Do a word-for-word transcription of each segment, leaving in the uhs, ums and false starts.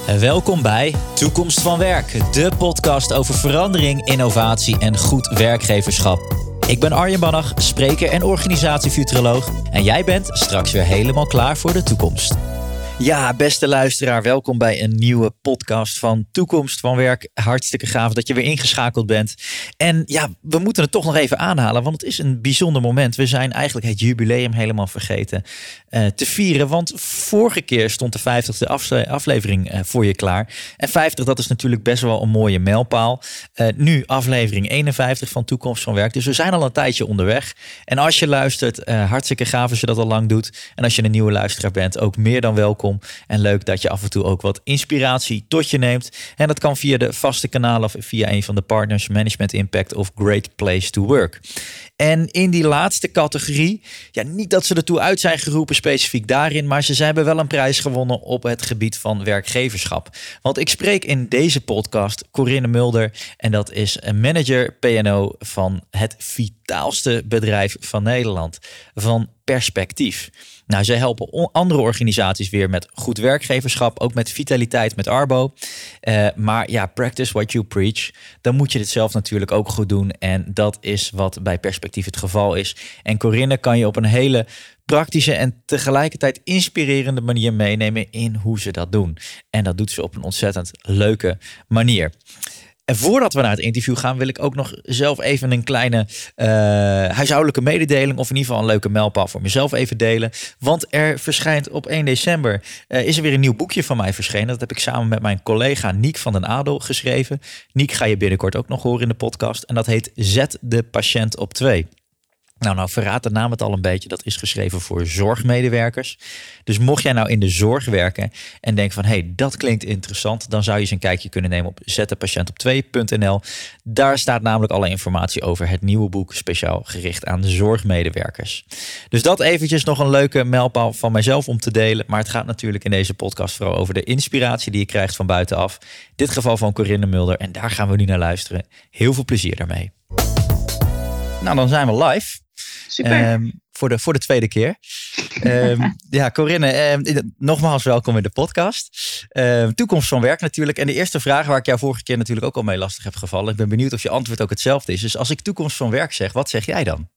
Welkom bij Toekomst van Werk, de podcast over verandering, innovatie en goed werkgeverschap. Ik ben Arjen Bannach, spreker en organisatiefuturoloog en jij bent straks weer helemaal klaar voor de toekomst. Ja, beste luisteraar, welkom bij een nieuwe podcast van Toekomst van Werk. Hartstikke gaaf dat je weer ingeschakeld bent. En ja, we moeten het toch nog even aanhalen, want het is een bijzonder moment. We zijn eigenlijk het jubileum helemaal vergeten uh, te vieren. Want vorige keer stond de vijftigste afle- aflevering uh, voor je klaar. En vijftig, dat is natuurlijk best wel een mooie mijlpaal. Uh, nu aflevering eenenvijftig van Toekomst van Werk. Dus we zijn al een tijdje onderweg. En als je luistert, uh, hartstikke gaaf als je dat al lang doet. En als je een nieuwe luisteraar bent, ook meer dan welkom. En leuk dat je af en toe ook wat inspiratie tot je neemt. En dat kan via de vaste kanalen of via een van de partners, Management Impact of Great Place to Work. En in die laatste categorie, ja, niet dat ze ertoe uit zijn geroepen specifiek daarin, maar ze hebben wel een prijs gewonnen op het gebied van werkgeverschap. Want ik spreek in deze podcast Corinne Mulder en dat is een manager P en O van het vitaalste bedrijf van Nederland, van Perspectief. Nou, zij helpen on- andere organisaties weer met goed werkgeverschap, ook met vitaliteit, met Arbo. Uh, maar ja, practice what you preach. Dan moet je dit zelf natuurlijk ook goed doen. En dat is wat bij Perspectief het geval is. En Corinne kan je op een hele praktische en tegelijkertijd inspirerende manier meenemen in hoe ze dat doen. En dat doet ze op een ontzettend leuke manier. En voordat we naar het interview gaan, wil ik ook nog zelf even een kleine uh, huishoudelijke mededeling, of in ieder geval een leuke mijlpaal voor mezelf even delen. Want er verschijnt op één december, uh, is er weer een nieuw boekje van mij verschenen. Dat heb ik samen met mijn collega Niek van den Adel geschreven. Niek ga je binnenkort ook nog horen in de podcast. En dat heet Zet de patiënt op twee. Nou, nou verraadt de naam het al een beetje. Dat is geschreven voor zorgmedewerkers. Dus mocht jij nou in de zorg werken en denken van, hé, hey, dat klinkt interessant, dan zou je eens een kijkje kunnen nemen op zet de patiënt op twee punt n l. Daar staat namelijk alle informatie over het nieuwe boek, speciaal gericht aan de zorgmedewerkers. Dus dat eventjes nog een leuke mijlpaal van mijzelf om te delen. Maar het gaat natuurlijk in deze podcast vooral over de inspiratie die je krijgt van buitenaf. In dit geval van Corinne Mulder. En daar gaan we nu naar luisteren. Heel veel plezier daarmee. Nou, dan zijn we live. Super. Um, voor, de, voor de tweede keer. Um, ja, Corinne, um, nogmaals welkom in de podcast. Um, toekomst van werk natuurlijk. En de eerste vraag waar ik jou vorige keer natuurlijk ook al mee lastig heb gevallen. Ik ben benieuwd of je antwoord ook hetzelfde is. Dus als ik toekomst van werk zeg, wat zeg jij dan?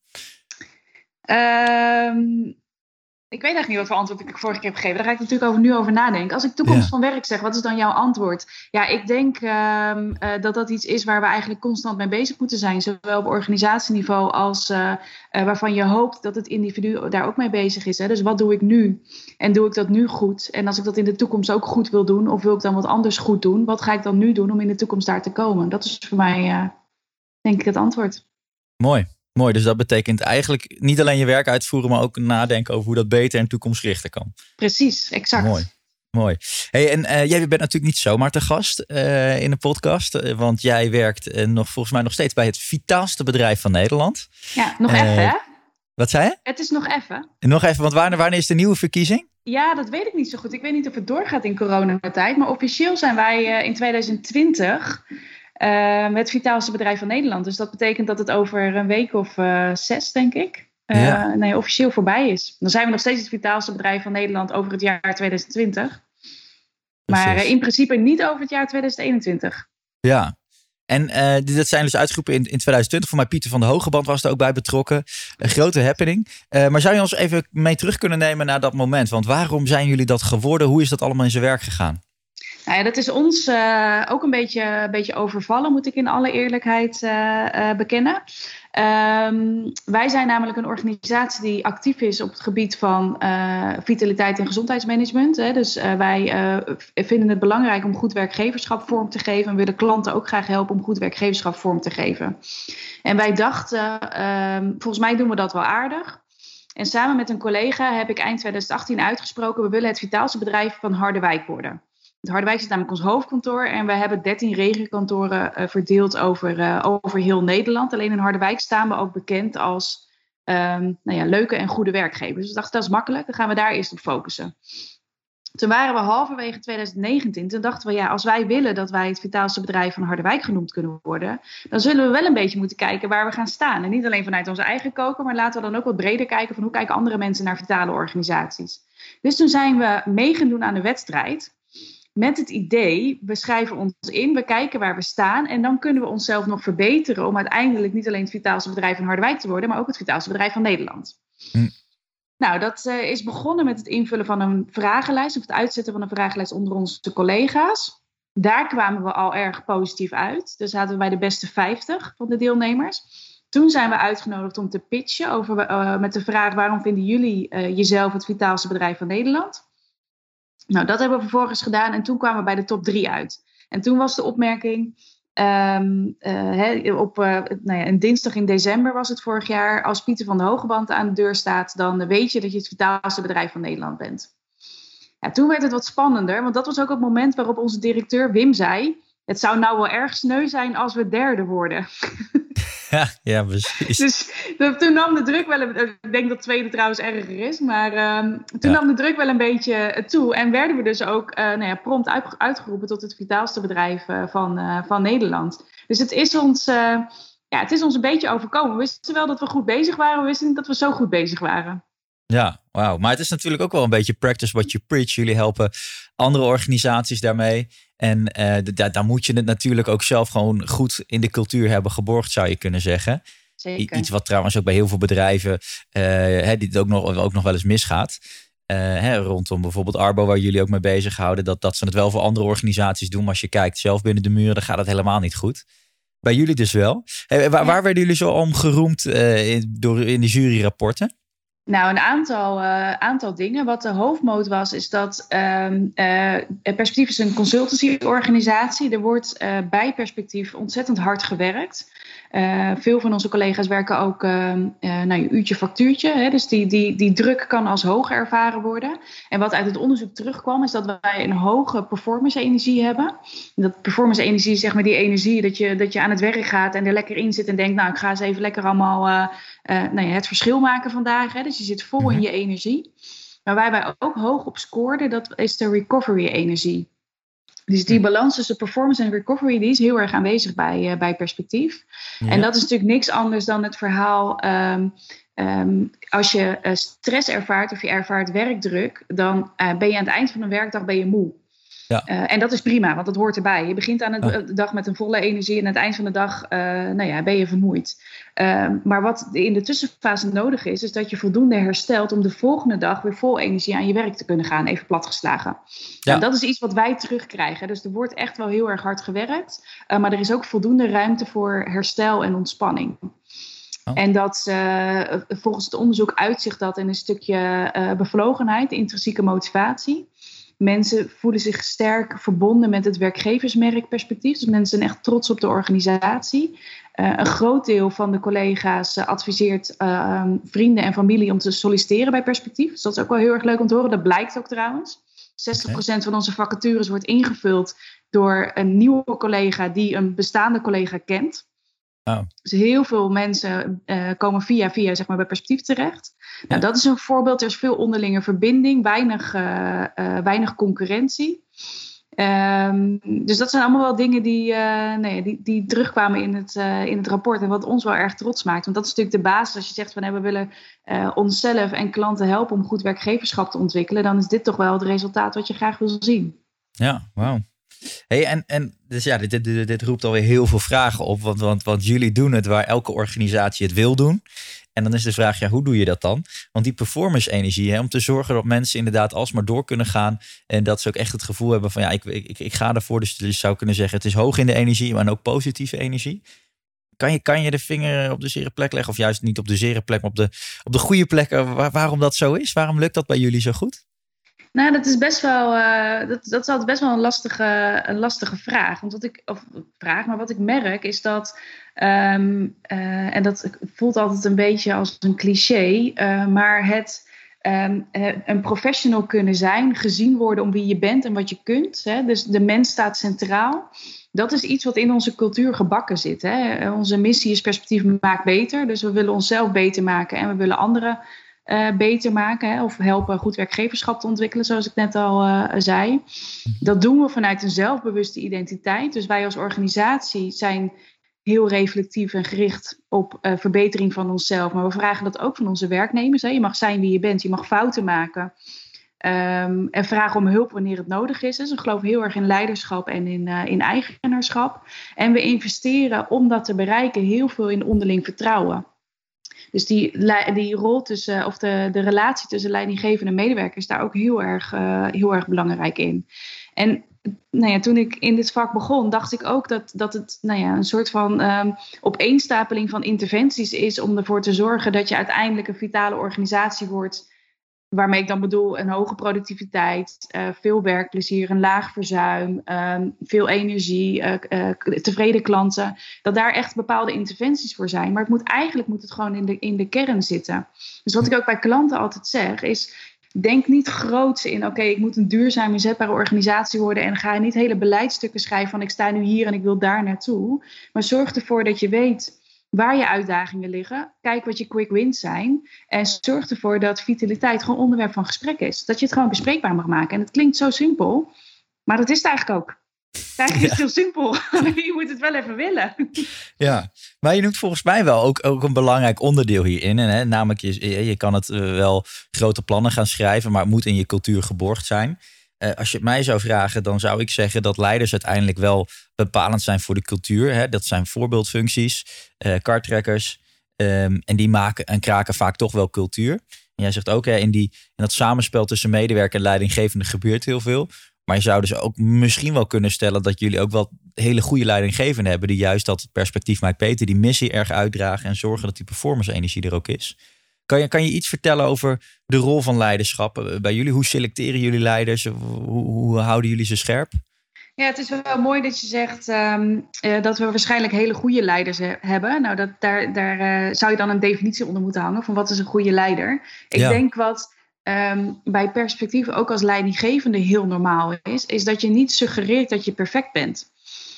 Um, ik weet eigenlijk niet wat voor antwoord ik vorige keer heb gegeven. Daar ga ik natuurlijk over, nu over nadenken. Als ik toekomst Ja. van werk zeg, wat is dan jouw antwoord? Ja, ik denk um, uh, dat dat iets is waar we eigenlijk constant mee bezig moeten zijn. Zowel op organisatieniveau als uh, uh, waarvan je hoopt dat het individu daar ook mee bezig is. Hè? Dus wat doe ik nu? En doe ik dat nu goed? En als ik dat in de toekomst ook goed wil doen, of wil ik dan wat anders goed doen? Wat ga ik dan nu doen om in de toekomst daar te komen? Dat is voor mij, uh, denk ik, het antwoord. Mooi. Mooi, dus dat betekent eigenlijk niet alleen je werk uitvoeren, maar ook nadenken over hoe dat beter en toekomstgerichter kan. Precies, exact. Mooi, mooi. Hey, en uh, jij bent natuurlijk niet zomaar te gast uh, in de podcast, uh, want jij werkt uh, nog volgens mij nog steeds bij het vitaalste bedrijf van Nederland. Ja, nog Uh, even hè? Wat zei je? Het is nog even. En nog even, want wanneer, wanneer is de nieuwe verkiezing? Ja, dat weet ik niet zo goed. Ik weet niet of het doorgaat in coronatijd. Maar officieel zijn wij uh, in twintig twintig uh, het vitaalste bedrijf van Nederland. Dus dat betekent dat het over een week of uh, zes, denk ik, uh, Ja. nee, officieel voorbij is. Dan zijn we nog steeds het vitaalste bedrijf van Nederland over het jaar twintig twintig. Maar Precies. uh, in principe niet over het jaar twintig eenentwintig. Ja. En uh, dat zijn dus uitgeroepen in, in twintig twintig. Voor mij Pieter van de Hogeband was er ook bij betrokken. Een grote happening. Uh, maar zou je ons even mee terug kunnen nemen naar dat moment? Want waarom zijn jullie dat geworden? Hoe is dat allemaal in zijn werk gegaan? Nou ja, dat is ons uh, ook een beetje, een beetje overvallen, moet ik in alle eerlijkheid uh, uh, bekennen. Um, wij zijn namelijk een organisatie die actief is op het gebied van uh, vitaliteit en gezondheidsmanagement. Hè. Dus uh, wij uh, vinden het belangrijk om goed werkgeverschap vorm te geven en willen klanten ook graag helpen om goed werkgeverschap vorm te geven. En wij dachten, uh, volgens mij doen we dat wel aardig. En samen met een collega heb ik eind twintig achttien uitgesproken, we willen het vitaalste bedrijf van Harderwijk worden. Het Harderwijk is namelijk ons hoofdkantoor en we hebben dertien regiokantoren uh, verdeeld over, uh, over heel Nederland. Alleen in Harderwijk staan we ook bekend als um, nou ja, leuke en goede werkgevers. Dus we dachten, dat is makkelijk, dan gaan we daar eerst op focussen. Toen waren we halverwege twintig negentien. Toen dachten we, ja, als wij willen dat wij het vitaalste bedrijf van Harderwijk genoemd kunnen worden, dan zullen we wel een beetje moeten kijken waar we gaan staan. En niet alleen vanuit onze eigen koker, maar laten we dan ook wat breder kijken van hoe kijken andere mensen naar vitale organisaties. Dus toen zijn we mee gaan doen aan de wedstrijd. met het idee, we schrijven ons in, we kijken waar we staan en dan kunnen we onszelf nog verbeteren om uiteindelijk niet alleen het vitaalste bedrijf van Harderwijk te worden, maar ook het vitaalste bedrijf van Nederland. Hm. Nou, dat uh, is begonnen met het invullen van een vragenlijst of het uitzetten van een vragenlijst onder onze collega's. Daar kwamen we al erg positief uit. Dus zaten we bij de beste vijftig van de deelnemers. Toen zijn we uitgenodigd om te pitchen over, uh, met de vraag: waarom vinden jullie uh, jezelf het vitaalste bedrijf van Nederland? Nou, dat hebben we vervolgens gedaan en toen kwamen we bij de top drie uit. En toen was de opmerking, um, uh, he, op uh, nou ja, een dinsdag in december was het vorig jaar, als Pieter van de Hogeband aan de deur staat, dan weet je dat je het vitaalste bedrijf van Nederland bent. Ja, toen werd het wat spannender, want dat was ook het moment waarop onze directeur Wim zei: het zou nou wel erg sneu zijn als we derde worden. Ja, ja, precies. Dus toen nam de druk wel, een, ik denk dat tweede trouwens erger is, maar um, toen ja. nam de druk wel een beetje toe. En werden we dus ook uh, nou ja, prompt uit, uitgeroepen tot het vitaalste bedrijf uh, van, uh, van Nederland. Dus het is, ons, uh, ja, het is ons een beetje overkomen. We wisten wel dat we goed bezig waren, we wisten niet dat we zo goed bezig waren. Ja, wauw. Maar het is natuurlijk ook wel een beetje practice what you preach. Jullie helpen andere organisaties daarmee. En uh, d- dan moet je het natuurlijk ook zelf gewoon goed in de cultuur hebben geborgd, zou je kunnen zeggen. Zeker. Iets wat trouwens ook bij heel veel bedrijven, uh, hè, die het ook nog, ook nog wel eens misgaat. Uh, hè, rondom bijvoorbeeld Arbo, waar jullie ook mee bezighouden. Dat, dat ze het wel voor andere organisaties doen. Maar als je kijkt zelf binnen de muren, dan gaat het helemaal niet goed. Bij jullie dus wel. Hey, waar, ja. waar werden jullie zo om geroemd uh, in, door, in de juryrapporten? Nou, een aantal, uh, aantal dingen. Wat de hoofdmoot was, is dat um, uh, Perspectief is een consultancyorganisatie. Er wordt uh, bij Perspectief ontzettend hard gewerkt. Uh, veel van onze collega's werken ook uh, uh, nou, je uurtje factuurtje. Hè, dus die, die, die druk kan als hoog ervaren worden. En wat uit het onderzoek terugkwam, is dat wij een hoge performance-energie hebben. En dat performance-energie is zeg maar die energie dat je, dat je aan het werk gaat en er lekker in zit en denkt, nou, ik ga eens even lekker allemaal uh, uh, nou ja, het verschil maken vandaag. Hè. Dus je zit vol in je energie. Maar waar wij ook hoog op scoorden, dat is de recovery-energie. Dus die balans tussen performance en recovery, die is heel erg aanwezig bij, uh, bij Perspectief. Ja. En dat is natuurlijk niks anders dan het verhaal, um, um, als je uh, stress ervaart of je ervaart werkdruk, dan uh, ben je aan het eind van een werkdag ben je moe. Ja. Uh, en dat is prima, want dat hoort erbij. Je begint aan de oh. dag met een volle energie en aan het eind van de dag uh, nou ja, ben je vermoeid. Uh, maar wat in de tussenfase nodig is, is dat je voldoende herstelt om de volgende dag weer vol energie aan je werk te kunnen gaan, even platgeslagen. Ja. En dat is iets wat wij terugkrijgen. Dus er wordt echt wel heel erg hard gewerkt, uh, maar er is ook voldoende ruimte voor herstel en ontspanning. Oh. En dat uh, volgens het onderzoek uitzicht dat in een stukje uh, bevlogenheid, intrinsieke motivatie. Mensen voelen zich sterk verbonden met het werkgeversmerk Perspectief. Dus mensen zijn echt trots op de organisatie. Uh, een groot deel van de collega's uh, adviseert uh, um, vrienden en familie om te solliciteren bij Perspectief. Dus dat is ook wel heel erg leuk om te horen. Dat blijkt ook trouwens. zestig procent okay. van onze vacatures wordt ingevuld door een nieuwe collega die een bestaande collega kent. Oh. Dus heel veel mensen uh, komen via via zeg maar, bij Perspectief terecht. Ja. Nou, dat is een voorbeeld. Er is veel onderlinge verbinding, weinig, uh, uh, weinig concurrentie. Um, dus dat zijn allemaal wel dingen die, uh, nee, die, die terugkwamen in het, uh, in het rapport. En wat ons wel erg trots maakt. Want dat is natuurlijk de basis. Als je zegt van hey, we willen uh, onszelf en klanten helpen om goed werkgeverschap te ontwikkelen. Dan is dit toch wel het resultaat wat je graag wil zien. Ja, wauw. Hey, en, en dus ja, dit, dit, dit roept alweer heel veel vragen op. Want, want, want jullie doen het waar elke organisatie het wil doen. En dan is de vraag, ja, hoe doe je dat dan? Want die performance-energie, hè, om te zorgen dat mensen inderdaad alsmaar door kunnen gaan. En dat ze ook echt het gevoel hebben van, ja, ik, ik, ik ga ervoor. Dus je zou kunnen zeggen, het is hoog in de energie, maar ook positieve energie. Kan je, kan je de vinger op de zere plek leggen? Of juist niet op de zere plek, maar op de, op de goede plek. Waar, waarom dat zo is? Waarom lukt dat bij jullie zo goed? Nou, dat is best wel, uh, dat, dat is altijd best wel een lastige, een lastige vraag. Want wat ik, of vraag, maar wat ik merk is dat, um, uh, en dat voelt altijd een beetje als een cliché, uh, maar het um, een professional kunnen zijn, gezien worden om wie je bent en wat je kunt. Hè? Dus de mens staat centraal. Dat is iets wat in onze cultuur gebakken zit. Hè? Onze missie is Perspectief maakt beter. Dus we willen onszelf beter maken en we willen anderen Uh, beter maken, hè, of helpen goed werkgeverschap te ontwikkelen, zoals ik net al uh, zei. Dat doen we vanuit een zelfbewuste identiteit. Dus wij als organisatie zijn heel reflectief en gericht op uh, verbetering van onszelf. Maar we vragen dat ook van onze werknemers. Hè. Je mag zijn wie je bent, je mag fouten maken. Um, en vragen om hulp wanneer het nodig is. Dus we geloven heel erg in leiderschap en in, uh, in eigenaarschap. En we investeren om dat te bereiken heel veel in onderling vertrouwen. Dus die, die rol tussen, of de, de relatie tussen leidinggevende en medewerkers is daar ook heel erg, uh, heel erg belangrijk in. En nou ja, toen ik in dit vak begon, dacht ik ook dat, dat het nou ja, een soort van um, opeenstapeling van interventies is om ervoor te zorgen dat je uiteindelijk een vitale organisatie wordt. Waarmee ik dan bedoel een hoge productiviteit, uh, veel werkplezier, een laag verzuim, um, veel energie, uh, uh, tevreden klanten. Dat daar echt bepaalde interventies voor zijn. Maar het moet, eigenlijk moet het gewoon in de, in de kern zitten. Dus wat ik ook bij klanten altijd zeg is, denk niet groots in, oké, okay, ik moet een duurzaam inzetbare organisatie worden en ga niet hele beleidsstukken schrijven van ik sta nu hier en ik wil daar naartoe. Maar zorg ervoor dat je weet waar je uitdagingen liggen. Kijk wat je quick wins zijn. En zorg ervoor dat vitaliteit gewoon onderwerp van gesprek is. Dat je het gewoon bespreekbaar mag maken. En het klinkt zo simpel. Maar dat is het eigenlijk ook. Eigenlijk is het heel simpel. Je moet het wel even willen. Ja, maar je noemt volgens mij wel ook, ook een belangrijk onderdeel hierin. En, hè, namelijk, je, je kan het uh, wel grote plannen gaan schrijven. Maar het moet in je cultuur geborgd zijn. Uh, als je het mij zou vragen, dan zou ik zeggen dat leiders uiteindelijk wel bepalend zijn voor de cultuur. Hè? Dat zijn voorbeeldfuncties, uh, kartrekkers. Um, en die maken en kraken vaak toch wel cultuur. En jij zegt ook, hè, in, die, in dat samenspel tussen medewerker en leidinggevende gebeurt heel veel. Maar je zou dus ook misschien wel kunnen stellen dat jullie ook wel hele goede leidinggevenden hebben. Die juist dat perspectief maakt beter, die missie erg uitdragen en zorgen dat die performance-energie er ook is. Kan je, kan je iets vertellen over de rol van leiderschap bij jullie? Hoe selecteren jullie leiders? Hoe, hoe houden jullie ze scherp? Ja, het is wel mooi dat je zegt um, uh, dat we waarschijnlijk hele goede leiders he- hebben. Nou, dat, daar, daar uh, zou je dan een definitie onder moeten hangen van wat is een goede leider. Ik ja. denk wat um, bij perspectief ook als leidinggevende heel normaal is, is dat je niet suggereert dat je perfect bent.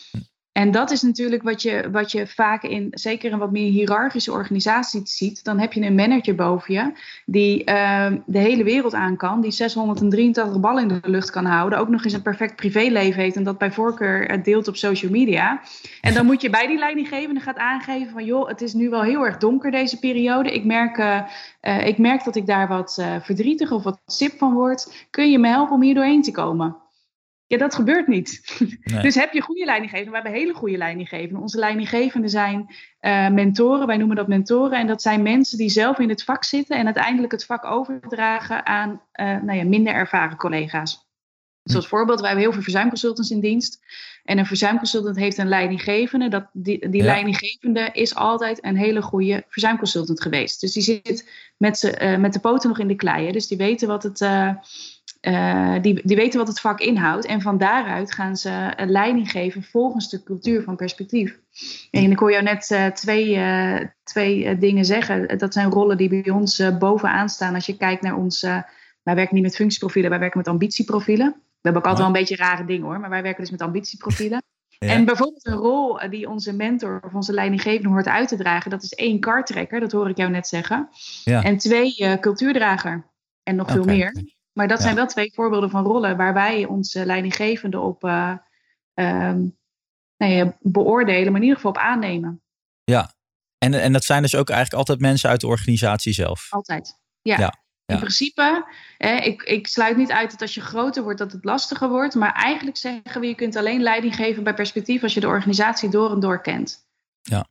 En dat is natuurlijk wat je, wat je vaak in, zeker in wat meer hiërarchische organisaties ziet. Dan heb je een manager boven je die uh, de hele wereld aan kan. Die zeshonderddrieëntachtig ballen in de lucht kan houden. Ook nog eens een perfect privéleven heeft en dat bij voorkeur deelt op social media. En dan moet je bij die leidinggevende gaat aangeven van joh, het is nu wel heel erg donker deze periode. Ik merk, uh, uh, ik merk dat ik daar wat uh, verdrietig of wat sip van word. Kun je me helpen om hier doorheen te komen? Ja, dat gebeurt niet. Nee. Dus heb je goede leidinggevenden. We hebben hele goede leidinggevenden. Onze leidinggevenden zijn uh, mentoren. Wij noemen dat mentoren. En dat zijn mensen die zelf in het vak zitten en uiteindelijk het vak overdragen aan uh, nou ja, minder ervaren collega's. Dus als voorbeeld, wij hebben heel veel verzuimconsultants in dienst. En een verzuimconsultant heeft een leidinggevende. Dat, die die ja. leidinggevende is altijd een hele goede verzuimconsultant geweest. Dus die zit met, ze, uh, met de poten nog in de klei. Hè. Dus die weten wat het... Uh, Uh, die, die weten wat het vak inhoudt. En van daaruit gaan ze een leiding geven volgens de cultuur van perspectief. En ik hoor jou net uh, twee, uh, twee uh, dingen zeggen. Dat zijn rollen die bij ons uh, bovenaan staan. Als je kijkt naar ons... Uh, wij werken niet met functieprofielen, wij werken met ambitieprofielen. We hebben ook altijd wel een beetje rare dingen hoor. Maar wij werken dus met ambitieprofielen. Ja. En bijvoorbeeld een rol die onze mentor of onze leidinggevende hoort uit te dragen. Dat is één, kartrekker. Dat hoor ik jou net zeggen. Ja. En twee, uh, cultuurdrager. En nog okay. veel meer. Maar dat ja. zijn wel twee voorbeelden van rollen waar wij onze leidinggevende op uh, um, nou ja, beoordelen, maar in ieder geval op aannemen. Ja, en, en dat zijn dus ook eigenlijk altijd mensen uit de organisatie zelf? Altijd, ja. ja. In ja. principe, eh, ik, ik sluit niet uit dat als je groter wordt dat het lastiger wordt. Maar eigenlijk zeggen we, je kunt alleen leiding geven bij perspectief als je de organisatie door en door kent. Ja.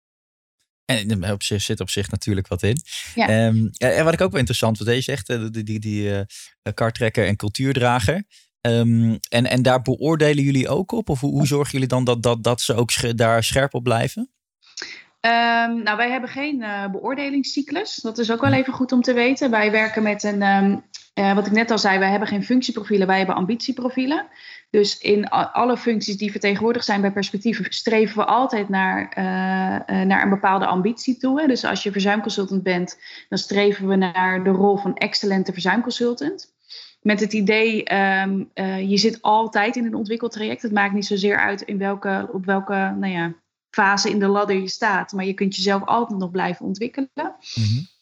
En op zich zit op zich natuurlijk wat in. Ja. Um, en wat ik ook wel interessant vond, je zegt, die, die, die uh, kartrekker en cultuurdrager. Um, en, en daar beoordelen jullie ook op? Of hoe, hoe zorgen jullie dan dat, dat, dat ze ook sch- daar scherp op blijven? Um, nou, wij hebben geen uh, beoordelingscyclus. Dat is ook wel even goed om te weten. Wij werken met een, um, uh, wat ik net al zei, wij hebben geen functieprofielen, wij hebben ambitieprofielen. Dus in alle functies die vertegenwoordigd zijn bij perspectief streven we altijd naar, uh, uh, naar een bepaalde ambitie toe. Hè. Dus als je verzuimconsultant bent, dan streven we naar de rol van excellente verzuimconsultant. Met het idee, um, uh, je zit altijd in een ontwikkeltraject. Het maakt niet zozeer uit in welke, op welke nou ja, fase in de ladder je staat. Maar je kunt jezelf altijd nog blijven ontwikkelen. Mm-hmm.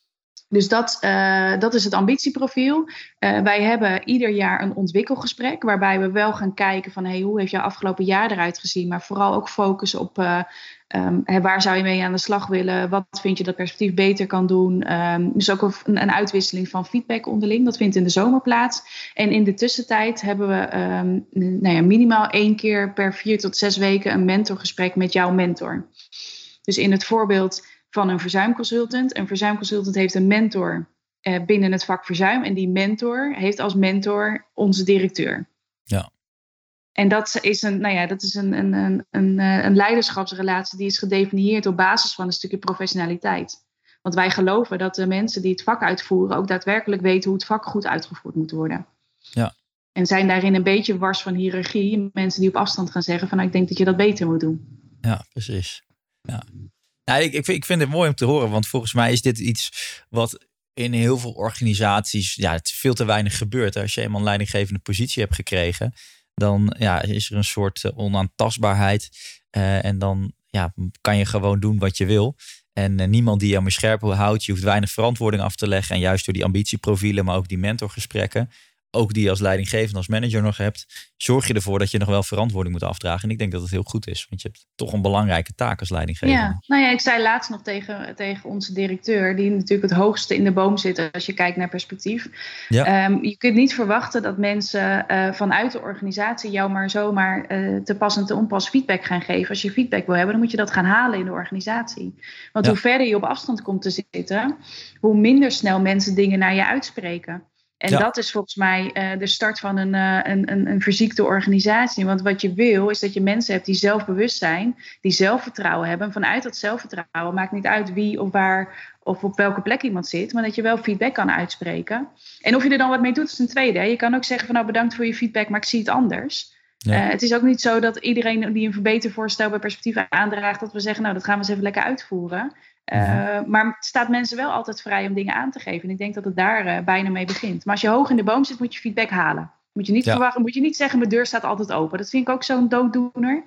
Dus dat, uh, dat is het ambitieprofiel. Uh, wij hebben ieder jaar een ontwikkelgesprek, waarbij we wel gaan kijken van hey, hoe heeft jouw afgelopen jaar eruit gezien, maar vooral ook focussen op uh, um, hey, waar zou je mee aan de slag willen, wat vind je dat perspectief beter kan doen. Um, dus ook een, een uitwisseling van feedback onderling, dat vindt in de zomer plaats. En in de tussentijd hebben we um, nou ja, minimaal één keer per vier tot zes weken een mentorgesprek met jouw mentor. Dus in het voorbeeld van een verzuimconsultant. Een verzuimconsultant heeft een mentor eh, binnen het vak verzuim. En die mentor heeft als mentor onze directeur. Ja. En dat is een, nou ja, dat is een, een, een, een, een leiderschapsrelatie die is gedefinieerd op basis van een stukje professionaliteit. Want wij geloven dat de mensen die het vak uitvoeren ook daadwerkelijk weten hoe het vak goed uitgevoerd moet worden. Ja. En zijn daarin een beetje wars van hiërarchie. Mensen die op afstand gaan zeggen van nou, ik denk dat je dat beter moet doen. Ja, precies. Ja. Nou, ik, ik, vind, ik vind het mooi om te horen, want volgens mij is dit iets wat in heel veel organisaties, ja, het veel te weinig gebeurt. Als je eenmaal een leidinggevende positie hebt gekregen, dan ja, is er een soort uh, onaantastbaarheid. Uh, en dan ja, kan je gewoon doen wat je wil. En uh, niemand die jou meer scherp houdt, je hoeft weinig verantwoording af te leggen. En juist door die ambitieprofielen, maar ook die mentorgesprekken, ook die je als leidinggevende, als manager nog hebt, zorg je ervoor dat je nog wel verantwoording moet afdragen. En ik denk dat het heel goed is, want je hebt toch een belangrijke taak als leidinggevende. Ja, nou ja, ik zei laatst nog tegen, tegen onze directeur, die natuurlijk het hoogste in de boom zit als je kijkt naar perspectief. Ja. Um, je kunt niet verwachten dat mensen uh, vanuit de organisatie jou maar zomaar uh, te pas en te onpas feedback gaan geven. Als je feedback wil hebben, dan moet je dat gaan halen in de organisatie. Want ja. hoe verder je op afstand komt te zitten, hoe minder snel mensen dingen naar je uitspreken. En ja. dat is volgens mij uh, de start van een, uh, een, een, een verziekte organisatie. Want wat je wil is dat je mensen hebt die zelfbewust zijn, die zelfvertrouwen hebben. En vanuit dat zelfvertrouwen maakt niet uit wie of waar of op welke plek iemand zit, maar dat je wel feedback kan uitspreken. En of je er dan wat mee doet is een tweede. Hè. Je kan ook zeggen van nou bedankt voor je feedback, maar ik zie het anders. Ja. Uh, het is ook niet zo dat iedereen die een verbetervoorstel bij perspectief aandraagt, dat we zeggen nou dat gaan we eens even lekker uitvoeren. Uh, mm-hmm. Maar het staat mensen wel altijd vrij om dingen aan te geven. En ik denk dat het daar uh, bijna mee begint. Maar als je hoog in de boom zit, moet je feedback halen. Moet je niet ja. verwachten, moet je niet zeggen mijn deur staat altijd open. Dat vind ik ook zo'n dooddoener.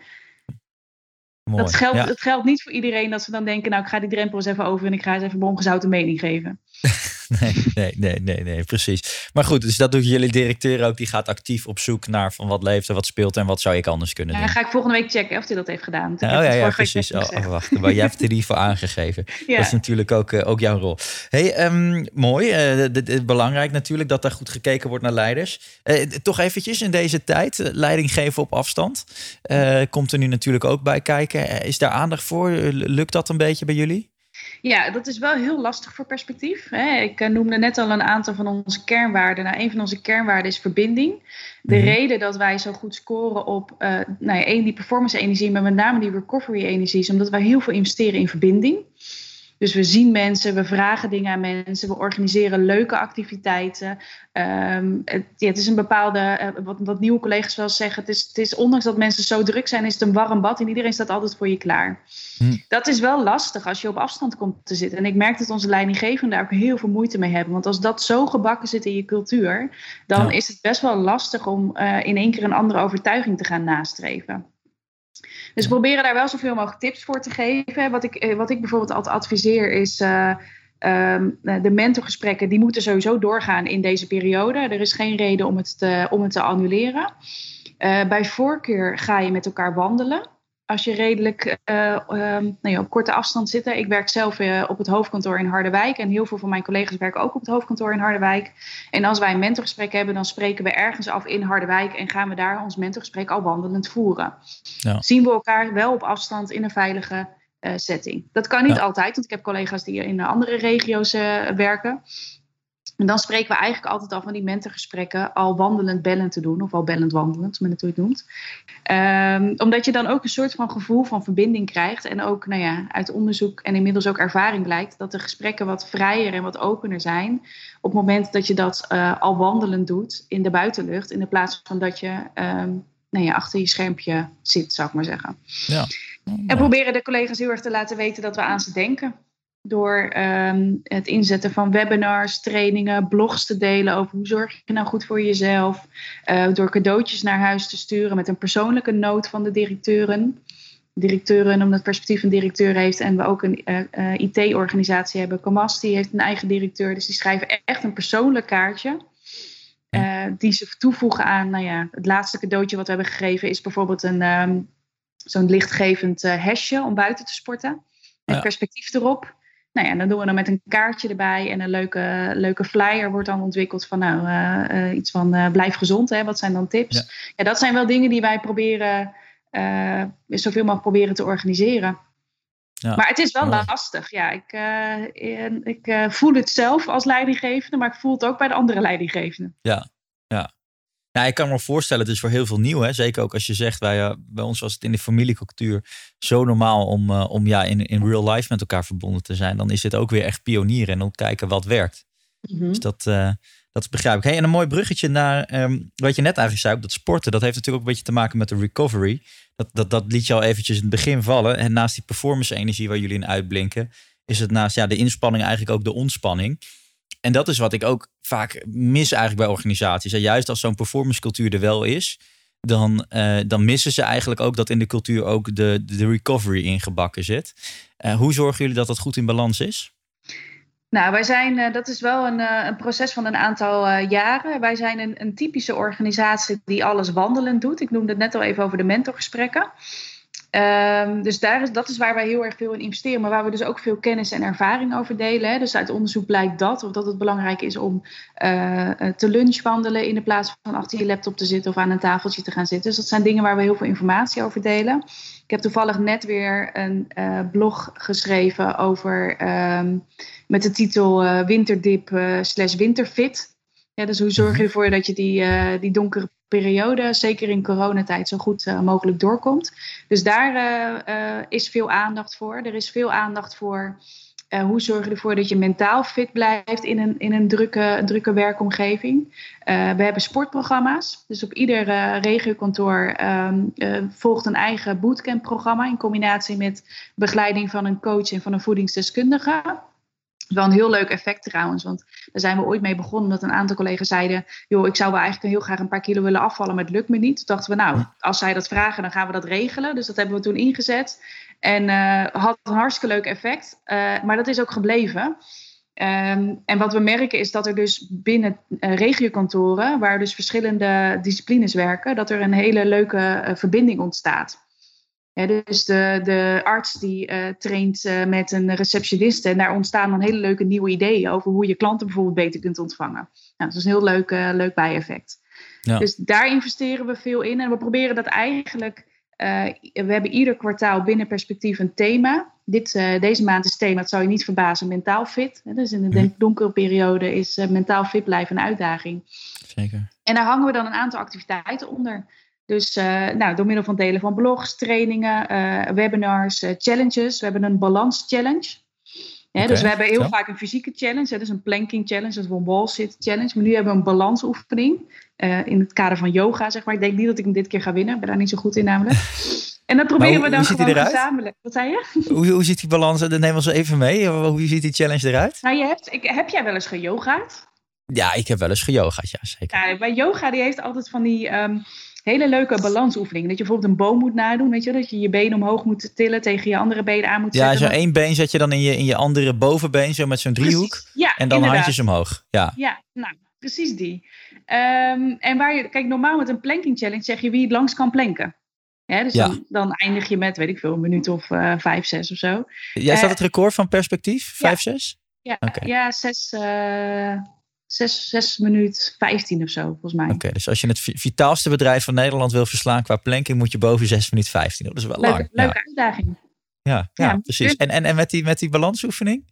Mooi. Dat geldt, ja. Het geldt niet voor iedereen dat ze dan denken, nou ik ga die drempel eens even over en ik ga eens even een ongezouten mening geven. Nee, nee, nee, nee, nee, precies. Maar goed, dus dat doet jullie directeur ook. Die gaat actief op zoek naar van wat leeft er, wat speelt en wat zou ik anders kunnen doen. Ja, dan ga ik volgende week checken of hij dat heeft gedaan. Oh ja, ja, precies. Oh, oh, wacht, maar jij hebt er in ieder geval aangegeven. Ja. Dat is natuurlijk ook, uh, ook jouw rol. Hey, um, mooi. Uh, het is belangrijk natuurlijk dat daar goed gekeken wordt naar leiders. Uh, toch eventjes in deze tijd, uh, leiding geven op afstand. Uh, komt er nu natuurlijk ook bij kijken. Uh, is daar aandacht voor? Uh, lukt dat een beetje bij jullie? Ja, dat is wel heel lastig voor perspectief. Ik noemde net al een aantal van onze kernwaarden. Nou, een van onze kernwaarden is verbinding. De mm-hmm. reden dat wij zo goed scoren op uh, nou ja, één, die performance-energie, maar met name die recovery-energie, is omdat wij heel veel investeren in verbinding. Dus we zien mensen, we vragen dingen aan mensen, we organiseren leuke activiteiten. Um, het, ja, het is een bepaalde, uh, wat, wat nieuwe collega's wel zeggen, het is, het is ondanks dat mensen zo druk zijn, is het een warm bad en iedereen staat altijd voor je klaar. Hm. Dat is wel lastig als je op afstand komt te zitten. En ik merk dat onze leidinggevenden daar ook heel veel moeite mee hebben. Want als dat zo gebakken zit in je cultuur, dan ja. is het best wel lastig om uh, in één keer een andere overtuiging te gaan nastreven. Dus we proberen daar wel zoveel mogelijk tips voor te geven. Wat ik, wat ik bijvoorbeeld altijd adviseer is Uh, um, de mentorgesprekken, die moeten sowieso doorgaan in deze periode. Er is geen reden om het te, om het te annuleren. Uh, bij voorkeur ga je met elkaar wandelen. Als je redelijk uh, um, nou ja, op korte afstand zit. Ik werk zelf uh, op het hoofdkantoor in Harderwijk. En heel veel van mijn collega's werken ook op het hoofdkantoor in Harderwijk. En als wij een mentorgesprek hebben, dan spreken we ergens af in Harderwijk. En gaan we daar ons mentorgesprek al wandelend voeren. Ja. Zien we elkaar wel op afstand in een veilige uh, setting. Dat kan niet ja. altijd, want ik heb collega's die in andere regio's uh, werken. En dan spreken we eigenlijk altijd al van die mentorgesprekken al wandelend bellend te doen. Of al bellend wandelend, hoe men het ooit noemt. Um, omdat je dan ook een soort van gevoel van verbinding krijgt. En ook nou ja, uit onderzoek en inmiddels ook ervaring blijkt dat de gesprekken wat vrijer en wat opener zijn. Op het moment dat je dat uh, al wandelend doet in de buitenlucht. In de plaats van dat je um, nou ja, achter je schermpje zit, zou ik maar zeggen. Ja. En proberen de collega's heel erg te laten weten dat we aan ze denken. Door um, het inzetten van webinars, trainingen, blogs te delen over hoe zorg je nou goed voor jezelf. Uh, door cadeautjes naar huis te sturen met een persoonlijke noot van de directeuren. directeuren, omdat Perspectief een directeur heeft en we ook een uh, uh, I T-organisatie hebben. Comas, die heeft een eigen directeur, dus die schrijven echt een persoonlijk kaartje. Uh, die ze toevoegen aan, nou ja, het laatste cadeautje wat we hebben gegeven is bijvoorbeeld een, um, zo'n lichtgevend uh, hesje om buiten te sporten. Met ja. perspectief erop. Nou ja, dan doen we dan met een kaartje erbij en een leuke, leuke flyer wordt dan ontwikkeld van nou, uh, uh, iets van uh, blijf gezond. Hè? Wat zijn dan tips? Ja. Ja, dat zijn wel dingen die wij proberen, uh, zoveel mogelijk proberen te organiseren. Ja. Maar het is wel ja. lastig. Ja, ik uh, ik uh, voel het zelf als leidinggevende, maar ik voel het ook bij de andere leidinggevenden. Ja, ja. Nou, ik kan me voorstellen, het is voor heel veel nieuw. Hè? Zeker ook als je zegt, wij, uh, bij ons was het in de familiecultuur zo normaal om, uh, om ja, in, in real life met elkaar verbonden te zijn. Dan is dit ook weer echt pionieren en dan kijken wat werkt. Mm-hmm. Dus dat, uh, dat begrijp ik. Hey, en een mooi bruggetje naar um, wat je net eigenlijk zei, ook dat sporten. Dat heeft natuurlijk ook een beetje te maken met de recovery. Dat, dat, dat liet je al eventjes in het begin vallen. En naast die performance energie waar jullie in uitblinken, is het naast ja, de inspanning eigenlijk ook de ontspanning. En dat is wat ik ook vaak mis eigenlijk bij organisaties. En juist als zo'n performance cultuur er wel is, dan, uh, dan missen ze eigenlijk ook dat in de cultuur ook de, de recovery ingebakken zit. Uh, hoe zorgen jullie dat dat goed in balans is? Nou, wij zijn, uh, dat is wel een, uh, een proces van een aantal uh, jaren. Wij zijn een, een typische organisatie die alles wandelend doet. Ik noemde het net al even over de mentorgesprekken. Um, dus daar is, dat is waar wij heel erg veel in investeren, maar waar we dus ook veel kennis en ervaring over delen. Hè. Dus uit onderzoek blijkt dat, of dat het belangrijk is om uh, te lunchwandelen in de plaats van achter je laptop te zitten of aan een tafeltje te gaan zitten. Dus dat zijn dingen waar we heel veel informatie over delen. Ik heb toevallig net weer een uh, blog geschreven over, um, met de titel uh, Winterdip uh, slash Winterfit. Ja, dus hoe zorg je ervoor dat je die, uh, die donkere periode, zeker in coronatijd, zo goed uh, mogelijk doorkomt. Dus daar uh, uh, is veel aandacht voor. Er is veel aandacht voor uh, hoe zorg je ervoor dat je mentaal fit blijft in een, in een drukke, drukke werkomgeving. Uh, we hebben sportprogramma's. Dus op ieder uh, regiokantoor um, uh, volgt een eigen bootcamp-programma in combinatie met begeleiding van een coach en van een voedingsdeskundige. Wel een heel leuk effect trouwens, want daar zijn we ooit mee begonnen dat een aantal collega's zeiden, joh, ik zou wel eigenlijk heel graag een paar kilo willen afvallen, maar het lukt me niet. Toen dachten we, nou, als zij dat vragen, dan gaan we dat regelen. Dus dat hebben we toen ingezet en uh, had een hartstikke leuk effect, uh, maar dat is ook gebleven. Um, en wat we merken is dat er dus binnen uh, regiokantoren, waar dus verschillende disciplines werken, dat er een hele leuke uh, verbinding ontstaat. Ja, dus de, de arts die uh, traint uh, met een receptioniste en daar ontstaan dan hele leuke nieuwe ideeën over hoe je klanten bijvoorbeeld beter kunt ontvangen. Nou, dat is een heel leuk, uh, leuk bijeffect. Ja. Dus daar investeren we veel in en we proberen dat eigenlijk, uh, we hebben ieder kwartaal binnen Perspectief een thema. Dit, uh, deze maand is het thema, het zou je niet verbazen, mentaal fit. Hè, dus in de mm. donkere periode is uh, mentaal fit blijven een uitdaging. Zeker. En daar hangen we dan een aantal activiteiten onder. Dus uh, nou, door middel van delen van blogs, trainingen, uh, webinars, uh, challenges. We hebben een balans challenge. Ja, okay, dus we hebben heel zo. vaak een fysieke challenge. Hè, dus een planking challenge, dat is een wall sit challenge. Maar nu hebben we een balansoefening. Uh, in het kader van yoga, zeg maar. Ik denk niet dat ik hem dit keer ga winnen. Ik ben daar niet zo goed in namelijk. En dat proberen hoe, we dan gewoon gezamenlijk. Wat zei je? Hoe, hoe ziet die balans? Dan neem ons even mee. Hoe ziet die challenge eruit? Nou, je hebt, ik, heb jij wel eens geyogaat? Ja, ik heb wel eens geyogaat, ja, zeker. Ja, bij yoga, die heeft altijd van die Um, hele leuke balansoefeningen. Dat je bijvoorbeeld een boom moet nadoen. Weet je, dat je je been omhoog moet tillen tegen je andere been aan moet zetten. Ja, zo één been zet je dan in je, in je andere bovenbeen. Zo met zo'n driehoek. Ja, en dan inderdaad. Handjes omhoog. Ja, ja nou, precies die. Um, en waar je, kijk, normaal met een planking challenge zeg je wie het langst kan planken. Ja, dus ja. Dan, dan eindig je met, weet ik veel, een minuut of uh, vijf, zes of zo. Ja, is dat het record van Perspectief? Vijf, ja. zes? Ja, okay. ja zes... Uh, Zes, zes minuut vijftien of zo, volgens mij. Oké, okay, dus als je het vitaalste bedrijf van Nederland wil verslaan qua planking, moet je boven zes minuut vijftien. Dat is wel leuke, lang. Leuke ja. uitdaging. Ja, ja, ja precies. En, en, en met die, met die balansoefening?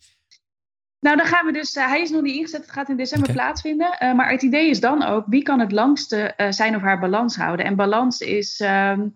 Nou, dan gaan we dus, uh, hij is nog niet ingezet, het gaat in december okay. plaatsvinden. Uh, maar het idee is dan ook, wie kan het langste uh, zijn of haar balans houden? En balans is uh, uh,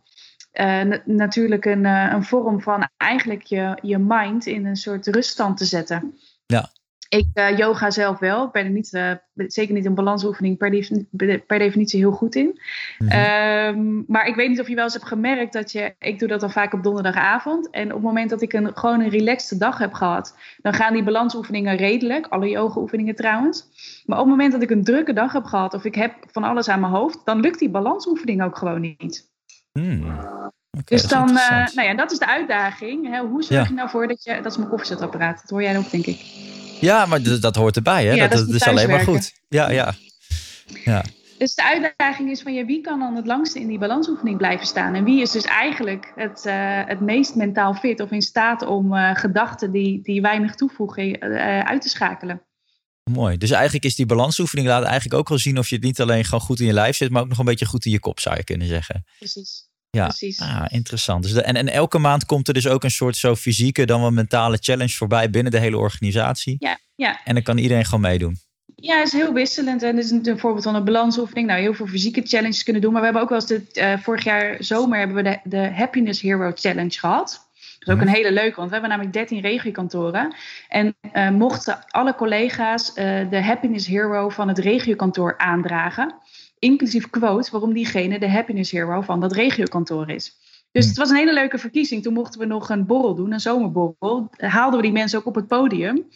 n- natuurlijk een, uh, een vorm van eigenlijk je, je mind in een soort ruststand te zetten. Ja. Ik uh, yoga zelf wel. Ik ben er niet, uh, zeker niet een balansoefening per, defini- per definitie heel goed in. Mm-hmm. Um, maar ik weet niet of je wel eens hebt gemerkt dat je... Ik doe dat dan vaak op donderdagavond. En op het moment dat ik een, gewoon een relaxte dag heb gehad... dan gaan die balansoefeningen redelijk. Alle yoga-oefeningen trouwens. Maar op het moment dat ik een drukke dag heb gehad... of ik heb van alles aan mijn hoofd... dan lukt die balansoefening ook gewoon niet. Mm. Okay, dus dat dan, uh, nou ja, dat is de uitdaging. Hè? Hoe zorg ja. je nou voor dat je... Dat is mijn koffiezetapparaat, dat hoor jij ook, denk ik. Ja, maar d- dat hoort erbij, hè? Ja, dat, dat is, dat is alleen maar goed. Ja, ja. ja. Dus de uitdaging is van ja, wie kan dan het langste in die balansoefening blijven staan? En wie is dus eigenlijk het, uh, het meest mentaal fit of in staat om uh, gedachten die, die weinig toevoegen uh, uit te schakelen? Mooi. Dus eigenlijk is die balansoefening laat eigenlijk ook wel zien of je het niet alleen gewoon goed in je lijf zit, maar ook nog een beetje goed in je kop, zou je kunnen zeggen. Precies. Ja, Precies. Ah, interessant. Dus de, en, en elke maand komt er dus ook een soort zo fysieke dan wel mentale challenge voorbij binnen de hele organisatie. Ja, ja. En dan kan iedereen gewoon meedoen. Ja, het is heel wisselend. En dit is een voorbeeld van een balansoefening. Nou, heel veel fysieke challenges kunnen doen. Maar we hebben ook wel eens, de, uh, vorig jaar zomer hebben we de, de Happiness Hero Challenge gehad. Dat is ook een hele leuke, want we hebben namelijk dertien regiokantoren. En uh, mochten alle collega's uh, de Happiness Hero van het regiokantoor aandragen. Inclusief quotes waarom diegene de Happiness Hero van dat regiokantoor is. Dus het was een hele leuke verkiezing. Toen mochten we nog een borrel doen, een zomerborrel. Haalden we die mensen ook op het podium.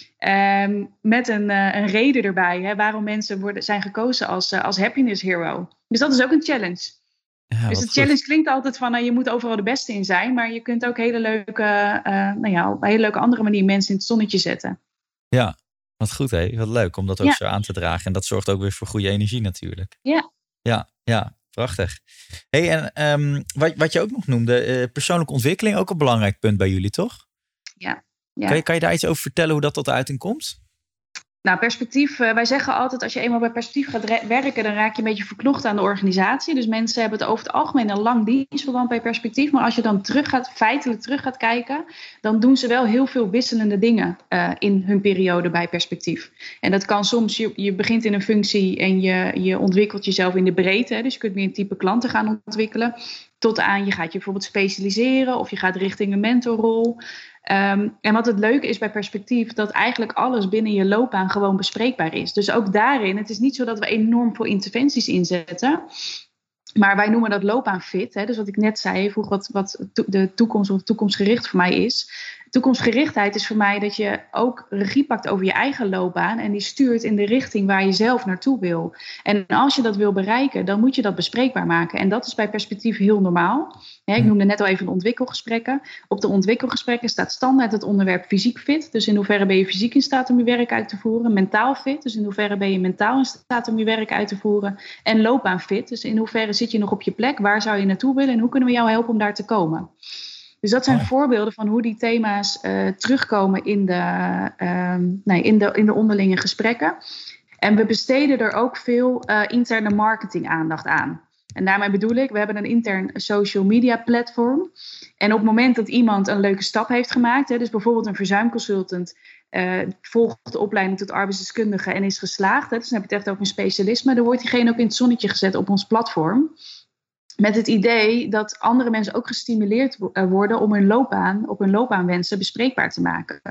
Um, met een, uh, een reden erbij, hè, waarom mensen worden, zijn gekozen als, uh, als Happiness Hero. Dus dat is ook een challenge. Ja, dus de challenge goed. Klinkt altijd van, uh, je moet overal de beste in zijn. Maar je kunt ook hele leuke, uh, nou ja, op een hele leuke andere manier mensen in het zonnetje zetten. Ja, wat goed hè. Wat leuk om dat ook ja. zo aan te dragen. En dat zorgt ook weer voor goede energie natuurlijk. Ja. Ja, ja. Prachtig. Hey, en um, wat, wat je ook nog noemde, uh, persoonlijke ontwikkeling, ook een belangrijk punt bij jullie, toch? Ja. ja. Kan je, kan je daar iets over vertellen hoe dat tot uiting komt? Nou, perspectief. Uh, wij zeggen altijd, als je eenmaal bij perspectief gaat re- werken, dan raak je een beetje verknocht aan de organisatie. Dus mensen hebben het over het algemeen een lang dienstverband bij perspectief. Maar als je dan terug gaat, feitelijk terug gaat kijken, dan doen ze wel heel veel wisselende dingen uh, in hun periode bij perspectief. En dat kan soms, je, je begint in een functie en je, je ontwikkelt jezelf in de breedte. Hè, dus je kunt meer een type klanten gaan ontwikkelen. Tot aan, je gaat je bijvoorbeeld specialiseren of je gaat richting een mentorrol. Um, en wat het leuke is bij perspectief, dat eigenlijk alles binnen je loopbaan gewoon bespreekbaar is. Dus ook daarin, het is niet zo dat we enorm veel interventies inzetten. Maar wij noemen dat loopbaanfit. Hè? Dus wat ik net zei, je vroeg wat, wat to- de toekomst of toekomstgericht voor mij is. Toekomstgerichtheid is voor mij dat je ook regie pakt over je eigen loopbaan. En die stuurt in de richting waar je zelf naartoe wil. En als je dat wil bereiken, dan moet je dat bespreekbaar maken. En dat is bij perspectief heel normaal. Ja, ik noemde net al even de ontwikkelgesprekken. Op de ontwikkelgesprekken staat standaard het onderwerp fysiek fit. Dus in hoeverre ben je fysiek in staat om je werk uit te voeren. Mentaal fit. Dus in hoeverre ben je mentaal in staat om je werk uit te voeren. En loopbaanfit. Dus in hoeverre zit je nog op je plek. Waar zou je naartoe willen? En hoe kunnen we jou helpen om daar te komen? Dus dat zijn oh ja. voorbeelden van hoe die thema's uh, terugkomen in de, um, nee, in, de, in de onderlinge gesprekken. En we besteden er ook veel uh, interne marketing aandacht aan. En daarmee bedoel ik, we hebben een intern social media platform. En op het moment dat iemand een leuke stap heeft gemaakt, hè, dus bijvoorbeeld een verzuimconsultant uh, volgt de opleiding tot arbeidsdeskundige en is geslaagd, hè, dus dan heb je het echt over een specialisme, dan wordt diegene ook in het zonnetje gezet op ons platform. Met het idee dat andere mensen ook gestimuleerd worden om hun loopbaan, op hun loopbaanwensen bespreekbaar te maken.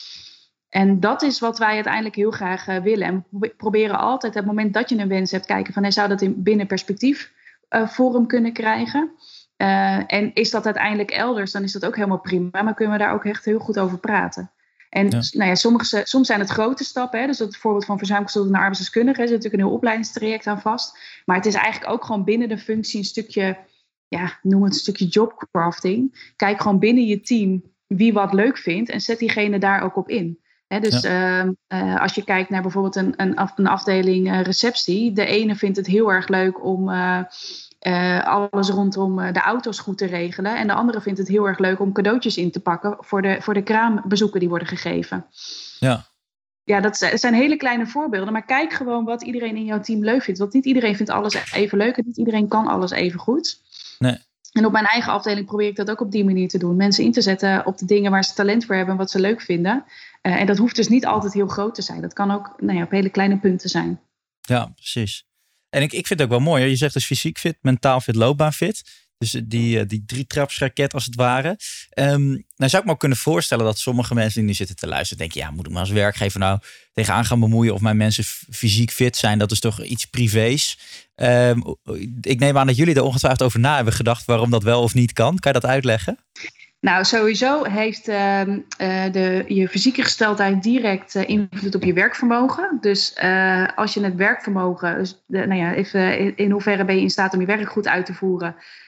En dat is wat wij uiteindelijk heel graag uh, willen. En we proberen altijd, op het moment dat je een wens hebt, kijken van, hey, zou dat in binnen perspectief uh, vorm kunnen krijgen? Uh, en is dat uiteindelijk elders, dan is dat ook helemaal prima. Maar kunnen we daar ook echt heel goed over praten. En ja. Nou ja, sommige, soms zijn het grote stappen. Hè? Dus dat voorbeeld van verzuimconsultant naar arbeidsdeskundige. Er zit natuurlijk een heel opleidingstraject aan vast. Maar het is eigenlijk ook gewoon binnen de functie een stukje, ja, noem het een stukje jobcrafting. Kijk gewoon binnen je team wie wat leuk vindt en zet diegene daar ook op in. He, dus ja. uh, uh, als je kijkt naar bijvoorbeeld een, een, af, een afdeling uh, receptie. De ene vindt het heel erg leuk om uh, uh, alles rondom uh, de auto's goed te regelen. En de andere vindt het heel erg leuk om cadeautjes in te pakken voor de, voor de kraambezoeken die worden gegeven. Ja. Ja, dat zijn hele kleine voorbeelden. Maar kijk gewoon wat iedereen in jouw team leuk vindt. Want niet iedereen vindt alles even leuk en niet iedereen kan alles even goed. Nee. En op mijn eigen afdeling probeer ik dat ook op die manier te doen. Mensen in te zetten op de dingen waar ze talent voor hebben en wat ze leuk vinden. Uh, en dat hoeft dus niet altijd heel groot te zijn. Dat kan ook nou ja, op hele kleine punten zijn. Ja, precies. En ik, ik vind het ook wel mooi. Hè? Je zegt dus fysiek fit, mentaal fit, loopbaanfit. Dus die, die drietrapsraket als het ware. Um, nou zou ik me ook kunnen voorstellen dat sommige mensen die nu zitten te luisteren denken, ja, moet ik maar als werkgever nou tegenaan gaan bemoeien of mijn mensen fysiek fit zijn? Dat is toch iets privés. Um, ik neem aan dat jullie er ongetwijfeld over na hebben gedacht waarom dat wel of niet kan. Kan je dat uitleggen? Nou, sowieso heeft uh, uh, de, je fysieke gesteldheid direct uh, invloed op je werkvermogen. Dus uh, als je het werkvermogen, dus de, nou ja, even, in, in hoeverre ben je in staat om je werk goed uit te voeren.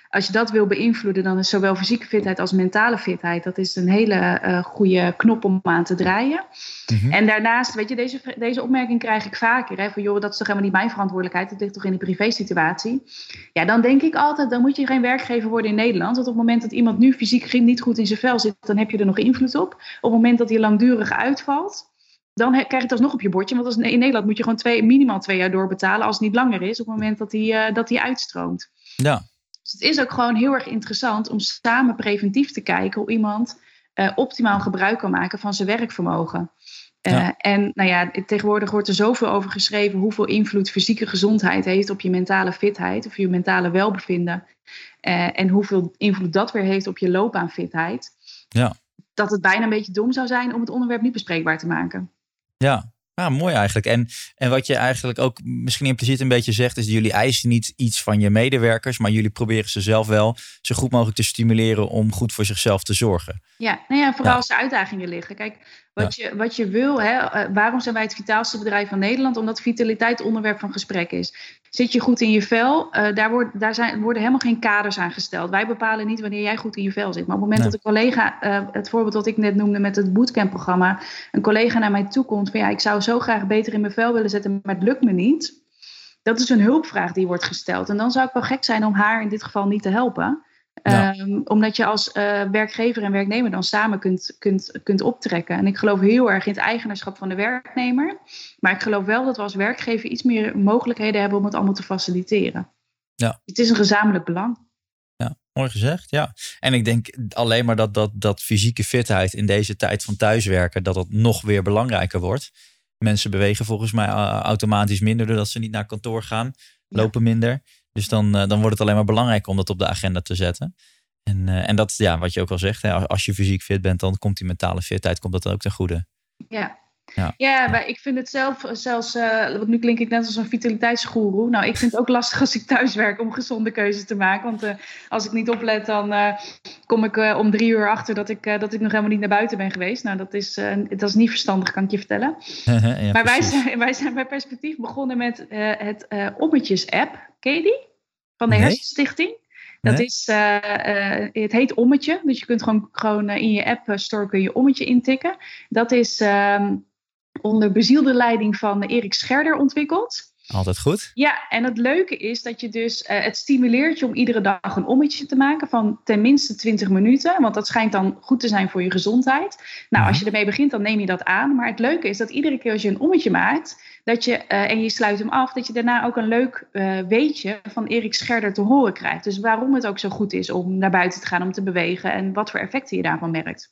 als je dat wil beïnvloeden, dan is zowel fysieke fitheid als mentale fitheid, dat is een hele uh, goede knop om aan te draaien. Mm-hmm. En daarnaast, weet je, deze, deze opmerking krijg ik vaker. Hè, van joh, dat is toch helemaal niet mijn verantwoordelijkheid. Dat ligt toch in de privésituatie. Ja, dan denk ik altijd, dan moet je geen werkgever worden in Nederland. Want op het moment dat iemand nu fysiek niet goed in zijn vel zit, dan heb je er nog invloed op. Op het moment dat hij langdurig uitvalt, dan krijg je het alsnog op je bordje. Want als, in Nederland moet je gewoon twee, minimaal twee jaar doorbetalen als het niet langer is. Op het moment dat hij, uh, dat hij uitstroomt. Ja. Dus het is ook gewoon heel erg interessant om samen preventief te kijken hoe iemand uh, optimaal gebruik kan maken van zijn werkvermogen. Uh, ja. En nou ja, tegenwoordig wordt er zoveel over geschreven hoeveel invloed fysieke gezondheid heeft op je mentale fitheid of je mentale welbevinden. Uh, en hoeveel invloed dat weer heeft op je loopbaanfitheid. Ja. Dat het bijna een beetje dom zou zijn om het onderwerp niet bespreekbaar te maken. Ja. Ja, mooi eigenlijk. En, en wat je eigenlijk ook misschien impliciet een beetje zegt, is dat jullie eisen niet iets van je medewerkers, maar jullie proberen ze zelf wel zo goed mogelijk te stimuleren om goed voor zichzelf te zorgen. Ja, nou ja, vooral ja. als er uitdagingen liggen. Kijk, wat, ja. je, wat je wil, hè, uh, waarom zijn wij het vitaalste bedrijf van Nederland? Omdat vitaliteit onderwerp van gesprek is. Zit je goed in je vel? Uh, daar, wordt, daar zijn, worden helemaal geen kaders aan gesteld. Wij bepalen niet wanneer jij goed in je vel zit. Maar op het moment nee. dat een collega, uh, het voorbeeld wat ik net noemde met het bootcamp-programma, een collega naar mij toe komt van ja, ik zou zo graag beter in mijn vel willen zetten, maar het lukt me niet. Dat is een hulpvraag die wordt gesteld. En dan zou ik wel gek zijn om haar in dit geval niet te helpen. Ja. Um, omdat je als uh, werkgever en werknemer dan samen kunt, kunt, kunt optrekken. En ik geloof heel erg in het eigenaarschap van de werknemer. Maar ik geloof wel dat we als werkgever iets meer mogelijkheden hebben om het allemaal te faciliteren. Ja. Het is een gezamenlijk belang. Ja, mooi gezegd. Ja. En ik denk alleen maar dat, dat, dat fysieke fitheid in deze tijd van thuiswerken, dat dat nog weer belangrijker wordt. Mensen bewegen volgens mij automatisch minder doordat ze niet naar kantoor gaan. Lopen ja. minder. Dus dan, uh, dan wordt het alleen maar belangrijk om dat op de agenda te zetten. En, uh, en dat, ja, wat je ook al zegt, hè, als je fysiek fit bent, dan komt die mentale fitheid komt dat ook ten goede. Ja, ja. ja maar ik vind het zelf zelfs, uh, want nu klink ik net als een vitaliteitsgoeroe. Nou, ik vind het ook lastig als ik thuis werk om gezonde keuzes te maken. Want uh, als ik niet oplet, dan uh, kom ik uh, om drie uur achter dat ik, uh, dat ik nog helemaal niet naar buiten ben geweest. Nou, dat is, uh, dat is niet verstandig, kan ik je vertellen. ja, maar wij zijn, wij zijn bij Perspectief begonnen met uh, het uh, Ommetjes-app. Ken je die? Van de nee. Hersenstichting. Dat nee. is, uh, uh, het heet Ommetje. Dus je kunt gewoon, gewoon uh, in je app store kun je Ommetje intikken. Dat is uh, onder bezielde leiding van Erik Scherder ontwikkeld. Altijd goed. Ja, en het leuke is dat je dus, uh, het stimuleert je om iedere dag een ommetje te maken van ten minste twintig minuten. Want dat schijnt dan goed te zijn voor je gezondheid. Nou, als je ermee begint, dan neem je dat aan. Maar het leuke is dat iedere keer als je een ommetje maakt, dat je, uh, en je sluit hem af, dat je daarna ook een leuk uh, weetje van Erik Scherder te horen krijgt. Dus waarom het ook zo goed is om naar buiten te gaan, om te bewegen en wat voor effecten je daarvan merkt.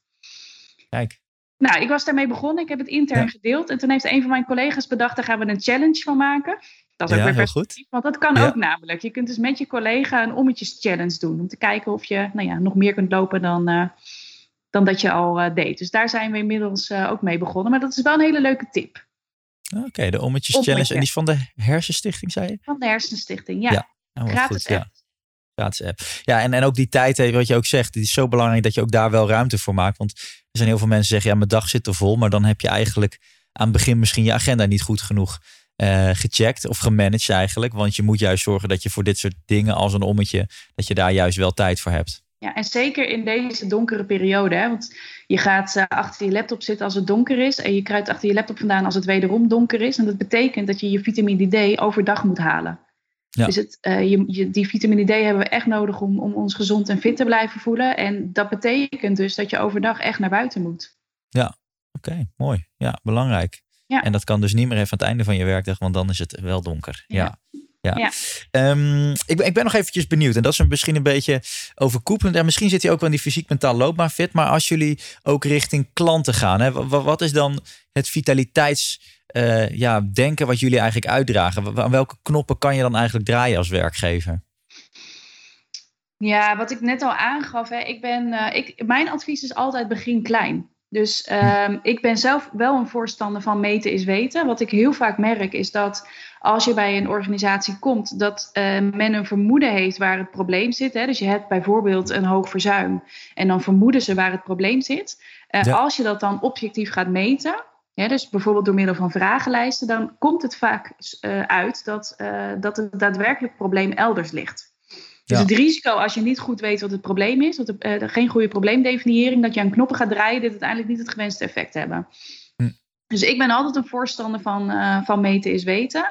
Kijk. Nou, ik was daarmee begonnen. Ik heb het intern ja. gedeeld. En toen heeft een van mijn collega's bedacht, daar gaan we een challenge van maken. Dat is ook ja, weer perspectief. Want dat kan ja. ook namelijk. Je kunt dus met je collega een ommetjes challenge doen. Om te kijken of je nou ja, nog meer kunt lopen dan, uh, dan dat je al uh, deed. Dus daar zijn we inmiddels uh, ook mee begonnen. Maar dat is wel een hele leuke tip. Oké, okay, de ommetjes Ommetje. challenge. En die is van de Hersenstichting, zei je? Van de Hersenstichting, ja. ja. Oh, gratis goed, app. Ja. Gratis app. Ja, en, en ook die tijd, wat je ook zegt, het is zo belangrijk dat je ook daar wel ruimte voor maakt. Want er zijn heel veel mensen die zeggen, ja, mijn dag zit er vol. Maar dan heb je eigenlijk aan het begin misschien je agenda niet goed genoeg uh, gecheckt of gemanaged eigenlijk. Want je moet juist zorgen dat je voor dit soort dingen als een ommetje, dat je daar juist wel tijd voor hebt. Ja, en zeker in deze donkere periode. Hè? Want je gaat uh, achter je laptop zitten als het donker is. En je kruipt achter je laptop vandaan als het wederom donker is. En dat betekent dat je je vitamine D overdag moet halen. Ja. Dus het, uh, je, je, die vitamine D hebben we echt nodig om, om ons gezond en fit te blijven voelen. En dat betekent dus dat je overdag echt naar buiten moet. Ja, oké, okay, mooi. Ja, belangrijk. Ja. En dat kan dus niet meer even aan het einde van je werkdag, want dan is het wel donker. Ja. ja. ja. ja. Um, ik, ik ben nog eventjes benieuwd. En dat is misschien een beetje overkoepelend. En misschien zit hij ook wel in die fysiek mentaal loopbaar fit. Maar als jullie ook richting klanten gaan, hè, wat, wat is dan het vitaliteits... Uh, ja, denken wat jullie eigenlijk uitdragen? Aan welke knoppen kan je dan eigenlijk draaien als werkgever? Ja, wat ik net al aangaf. Hè, ik ben, uh, ik, mijn advies is altijd begin klein. Dus uh, hm. ik ben zelf wel een voorstander van meten is weten. Wat ik heel vaak merk is dat als je bij een organisatie komt, dat uh, men een vermoeden heeft waar het probleem zit. Hè. Dus je hebt bijvoorbeeld een hoog verzuim en dan vermoeden ze waar het probleem zit. Uh, ja. Als je dat dan objectief gaat meten, ja, dus bijvoorbeeld door middel van vragenlijsten, dan komt het vaak uh, uit dat, uh, dat het daadwerkelijk probleem elders ligt. Dus Ja. het risico als je niet goed weet wat het probleem is, wat de, uh, geen goede probleemdefiniëring, dat je aan knoppen gaat draaien, dit uiteindelijk niet het gewenste effect hebben. Hm. Dus ik ben altijd een voorstander van, uh, van meten is weten.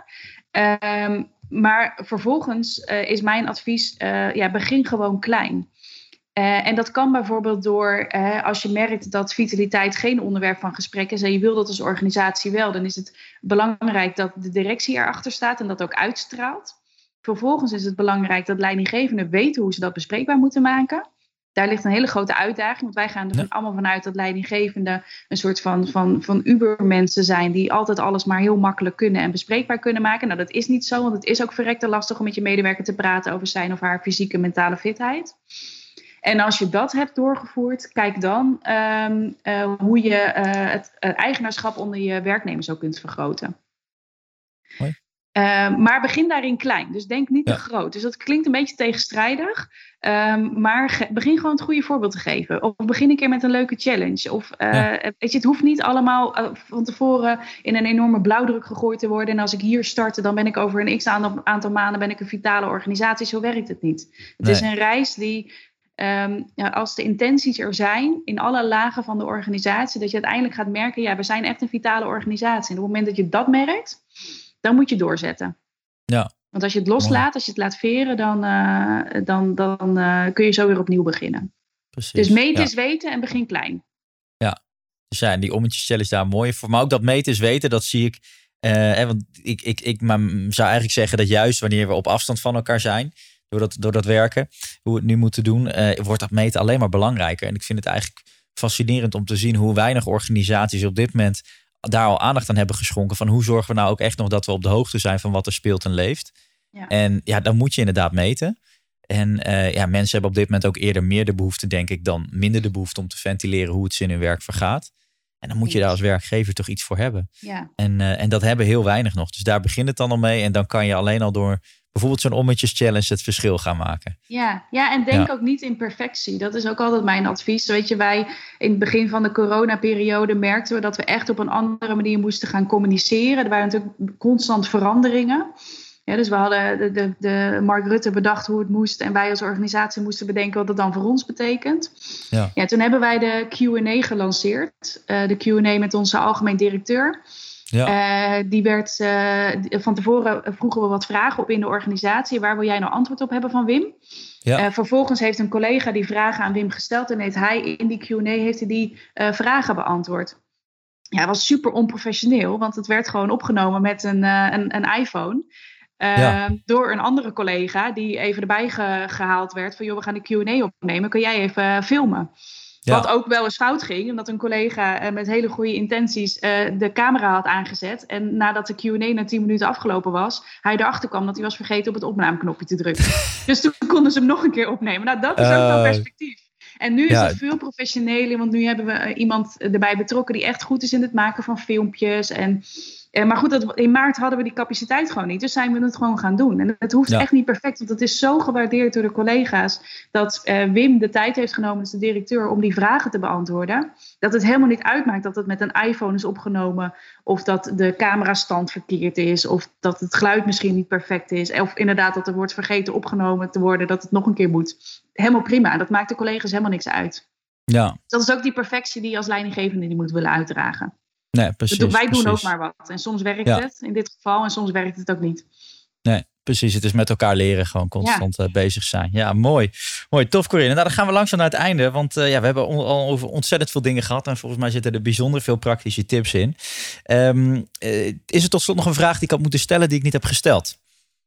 Um, maar vervolgens uh, is mijn advies, uh, ja, begin gewoon klein. Uh, en dat kan bijvoorbeeld door, uh, als je merkt dat vitaliteit geen onderwerp van gesprek is en je wil dat als organisatie wel, dan is het belangrijk dat de directie erachter staat en dat ook uitstraalt. Vervolgens is het belangrijk dat leidinggevenden weten hoe ze dat bespreekbaar moeten maken. Daar ligt een hele grote uitdaging, want wij gaan er ja. allemaal vanuit dat leidinggevenden een soort van, van, van ubermensen zijn die altijd alles maar heel makkelijk kunnen en bespreekbaar kunnen maken. Nou, dat is niet zo, want het is ook verrekte lastig om met je medewerker te praten over zijn of haar fysieke en mentale fitheid. En als je dat hebt doorgevoerd, kijk dan um, uh, hoe je uh, het uh, eigenaarschap onder je werknemers ook kunt vergroten. Hoi. Uh, maar begin daarin klein. Dus denk niet ja. te groot. Dus dat klinkt een beetje tegenstrijdig. Um, maar ge- begin gewoon het goede voorbeeld te geven. Of begin een keer met een leuke challenge. Of uh, ja. weet je, het hoeft niet allemaal uh, van tevoren in een enorme blauwdruk gegooid te worden. En als ik hier start, dan ben ik over een x aantal, aantal maanden ben ik een vitale organisatie. Zo werkt het niet. Het nee. is een reis die, um, ja, als de intenties er zijn, in alle lagen van de organisatie, dat je uiteindelijk gaat merken, ja, we zijn echt een vitale organisatie. En op het moment dat je dat merkt, dan moet je doorzetten. Ja. Want als je het loslaat, als je het laat veren, dan, uh, dan, dan uh, kun je zo weer opnieuw beginnen. Precies. Dus meten ja. is weten en begin klein. Ja, dus ja, en die ommetjes challenge daar mooi voor. Maar ook dat meten is weten, dat zie ik. Uh, hè, want ik, ik, ik maar zou eigenlijk zeggen dat juist wanneer we op afstand van elkaar zijn, door dat, door dat werken, hoe we het nu moeten doen, uh, wordt dat meten alleen maar belangrijker. En ik vind het eigenlijk fascinerend om te zien hoe weinig organisaties op dit moment daar al aandacht aan hebben geschonken. Van hoe zorgen we nou ook echt nog dat we op de hoogte zijn van wat er speelt en leeft. Ja. En ja, dan moet je inderdaad meten. En uh, ja, mensen hebben op dit moment ook eerder meer de behoefte, denk ik, dan minder de behoefte om te ventileren hoe het ze in hun werk vergaat. En dan moet je daar als werkgever toch iets voor hebben. Ja. En, uh, en dat hebben heel weinig nog. Dus daar begint het dan al mee. En dan kan je alleen al door bijvoorbeeld zo'n ommetjes challenge het verschil gaan maken. Ja, ja en denk ja. ook niet in perfectie. Dat is ook altijd mijn advies. Weet je, wij in het begin van de coronaperiode merkten we dat we echt op een andere manier moesten gaan communiceren. Er waren natuurlijk constant veranderingen. Ja, dus we hadden de, de, de Mark Rutte bedacht hoe het moest. En wij als organisatie moesten bedenken wat dat dan voor ons betekent. Ja. Ja, toen hebben wij de Q en A gelanceerd. Uh, de Q en A met onze algemeen directeur. Ja. Uh, die werd uh, van tevoren vroegen we wat vragen op in de organisatie. Waar wil jij nou antwoord op hebben van Wim? Ja. Uh, vervolgens heeft een collega die vragen aan Wim gesteld. En heeft hij in die Q en A heeft hij die uh, vragen beantwoord. Ja, het was super onprofessioneel. Want het werd gewoon opgenomen met een, uh, een, een iPhone. Uh, ja. Door een andere collega die even erbij ge, gehaald werd. Van joh, we gaan de Q en A opnemen. Kun jij even uh, filmen? Ja. Wat ook wel eens fout ging. Omdat een collega uh, met hele goede intenties uh, de camera had aangezet. En nadat de Q en A na tien minuten afgelopen was, hij erachter kwam dat hij was vergeten op het opnameknopje te drukken. Dus toen konden ze hem nog een keer opnemen. Nou, dat is uh, ook wel perspectief. En nu is ja. het veel professioneler. Want nu hebben we uh, iemand erbij betrokken die echt goed is in het maken van filmpjes. En Uh, maar goed, dat, in maart hadden we die capaciteit gewoon niet. Dus zijn we het gewoon gaan doen. En het hoeft ja. echt niet perfect. Want het is zo gewaardeerd door de collega's. Dat uh, Wim de tijd heeft genomen, dus de directeur, om die vragen te beantwoorden. Dat het helemaal niet uitmaakt dat het met een iPhone is opgenomen. Of dat de camerastand verkeerd is. Of dat het geluid misschien niet perfect is. Of inderdaad dat er wordt vergeten opgenomen te worden. Dat het nog een keer moet. Helemaal prima. Dat maakt de collega's helemaal niks uit. Ja. Dat is ook die perfectie die je als leidinggevende die moet willen uitdragen. Nee, precies, dus wij doen precies. ook maar wat. En soms werkt ja. het in dit geval en soms werkt het ook niet. Nee, precies. Het is met elkaar leren, gewoon constant ja. uh, bezig zijn. Ja, mooi. Mooi, tof Corinne. Nou, dan gaan we langzaam naar het einde. Want uh, ja, we hebben on- al over ontzettend veel dingen gehad. En volgens mij zitten er bijzonder veel praktische tips in. Um, uh, is er tot slot nog een vraag die ik had moeten stellen die ik niet heb gesteld?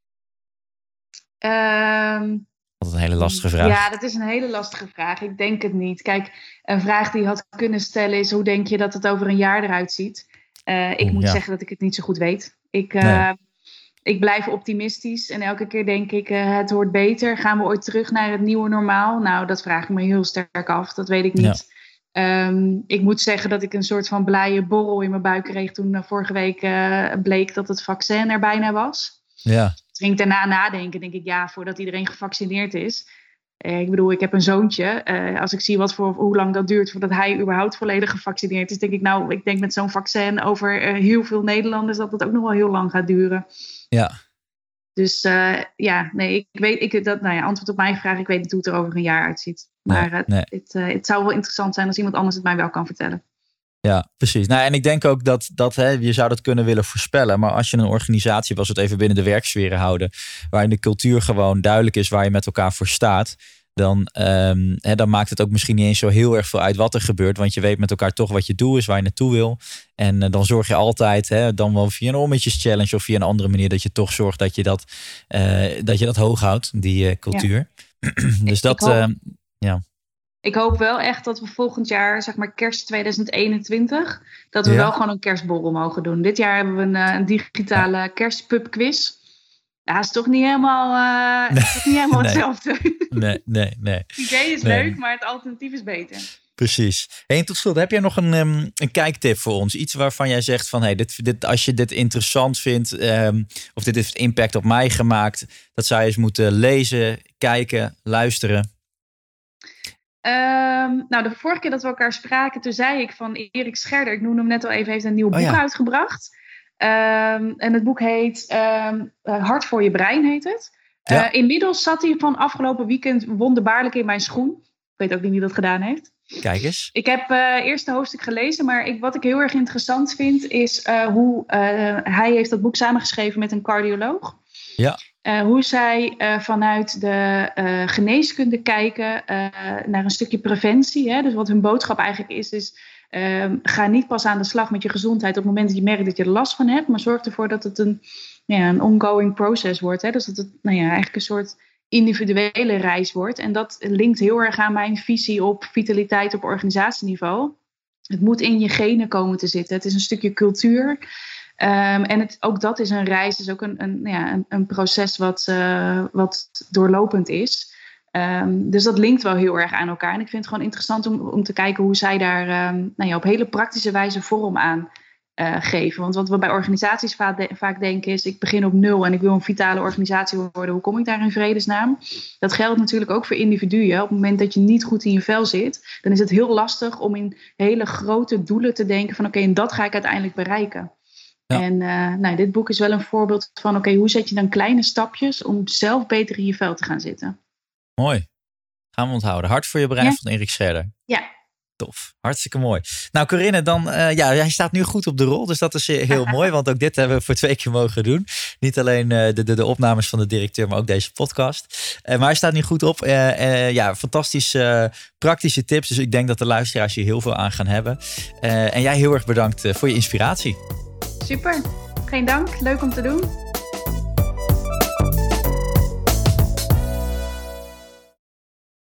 Um... Dat is een hele lastige vraag. Ja, dat is een hele lastige vraag. Ik denk het niet. Kijk, een vraag die je had kunnen stellen is: hoe denk je dat het over een jaar eruit ziet? Uh, ik Oeh, moet ja. zeggen dat ik het niet zo goed weet. Ik, uh, nee. ik blijf optimistisch en elke keer denk ik: uh, het wordt beter. Gaan we ooit terug naar het nieuwe normaal? Nou, dat vraag ik me heel sterk af. Dat weet ik niet. Ja. Um, ik moet zeggen dat ik een soort van blije borrel in mijn buik kreeg toen uh, vorige week uh, bleek dat het vaccin er bijna was. Ja. Ging ik daarna nadenken, denk ik, ja, voordat iedereen gevaccineerd is. Eh, ik bedoel, ik heb een zoontje. Uh, als ik zie wat voor, hoe lang dat duurt voordat hij überhaupt volledig gevaccineerd is, denk ik, nou, ik denk met zo'n vaccin over uh, heel veel Nederlanders dat het ook nog wel heel lang gaat duren. Ja. Dus uh, ja, nee, ik weet, ik, dat, nou ja, antwoord op mijn vraag, ik weet niet hoe het er over een jaar uitziet. Maar nee, nee. Het, uh, het zou wel interessant zijn als iemand anders het mij wel kan vertellen. Ja, precies. Nou, en ik denk ook dat, dat hè, je zou dat kunnen willen voorspellen. Maar als je een organisatie, als we het even binnen de werksferen houden, waarin de cultuur gewoon duidelijk is waar je met elkaar voor staat, dan, um, hè, dan maakt het ook misschien niet eens zo heel erg veel uit wat er gebeurt. Want je weet met elkaar toch wat je doel is, waar je naartoe wil. En uh, dan zorg je altijd, hè, dan wel via een ommetjes challenge of via een andere manier, dat je toch zorgt dat je dat, uh, dat, je dat hoog houdt, die uh, cultuur. Ja. dus ik, dat, ik hoop, uh, ja. Ik hoop wel echt dat we volgend jaar, zeg maar kerst tweeduizend eenentwintig, dat we ja. wel gewoon een kerstborrel mogen doen. Dit jaar hebben we een, een digitale ja. kerstpubquiz. Ja, is toch niet helemaal, uh, nee. is toch niet helemaal nee. hetzelfde. Nee, nee, nee. Het idee is nee. leuk, maar het alternatief is beter. Precies. Hey, en tot slot, heb jij nog een, um, een kijktip voor ons? Iets waarvan jij zegt van, hey, dit, dit, als je dit interessant vindt, um, of dit heeft impact op mij gemaakt, dat zou je eens moeten lezen, kijken, luisteren. Um, nou, de vorige keer dat we elkaar spraken, toen zei ik van Erik Scherder, ik noemde hem net al even, heeft een nieuw boek oh, ja. uitgebracht. Um, en het boek heet um, Hart voor je brein, heet het. Ja. Uh, inmiddels zat hij van afgelopen weekend wonderbaarlijk in mijn schoen. Ik weet ook niet wie dat gedaan heeft. Kijk eens. Ik heb uh, het eerste hoofdstuk gelezen, maar ik, wat ik heel erg interessant vind, is uh, hoe uh, hij heeft dat boek samengeschreven met een cardioloog. Ja. Uh, hoe zij uh, vanuit de uh, geneeskunde kijken uh, naar een stukje preventie. Hè? Dus wat hun boodschap eigenlijk is, is uh, ga niet pas aan de slag met je gezondheid op het moment dat je merkt dat je er last van hebt. Maar zorg ervoor dat het een, ja, een ongoing process wordt. Hè? Dus dat het nou ja, eigenlijk een soort individuele reis wordt. En dat linkt heel erg aan mijn visie op vitaliteit op organisatieniveau. Het moet in je genen komen te zitten. Het is een stukje cultuur. Um, en het, ook dat is een reis, is ook een, een, ja, een, een proces wat, uh, wat doorlopend is. Um, dus dat linkt wel heel erg aan elkaar. En ik vind het gewoon interessant om, om te kijken hoe zij daar um, nou ja, op hele praktische wijze vorm aan uh, geven. Want wat we bij organisaties vaak, de, vaak denken is, ik begin op nul en ik wil een vitale organisatie worden. Hoe kom ik daar in vredesnaam? Dat geldt natuurlijk ook voor individuen. Op het moment dat je niet goed in je vel zit, dan is het heel lastig om in hele grote doelen te denken van oké, okay, en dat ga ik uiteindelijk bereiken. Ja. En uh, nou, dit boek is wel een voorbeeld van oké, okay, hoe zet je dan kleine stapjes om zelf beter in je vel te gaan zitten. Mooi. Gaan we onthouden. Hart voor je brein ja. van Erik Scherder. Ja. Tof. Hartstikke mooi. Nou Corinne, dan, uh, ja, jij staat nu goed op de rol. Dus dat is heel mooi. Want ook dit hebben we voor twee keer mogen doen. Niet alleen uh, de, de, de opnames van de directeur, maar ook deze podcast. Uh, maar hij staat nu goed op. Uh, uh, ja, fantastische uh, praktische tips. Dus ik denk dat de luisteraars hier heel veel aan gaan hebben. Uh, en jij heel erg bedankt uh, voor je inspiratie. Super, geen dank. Leuk om te doen.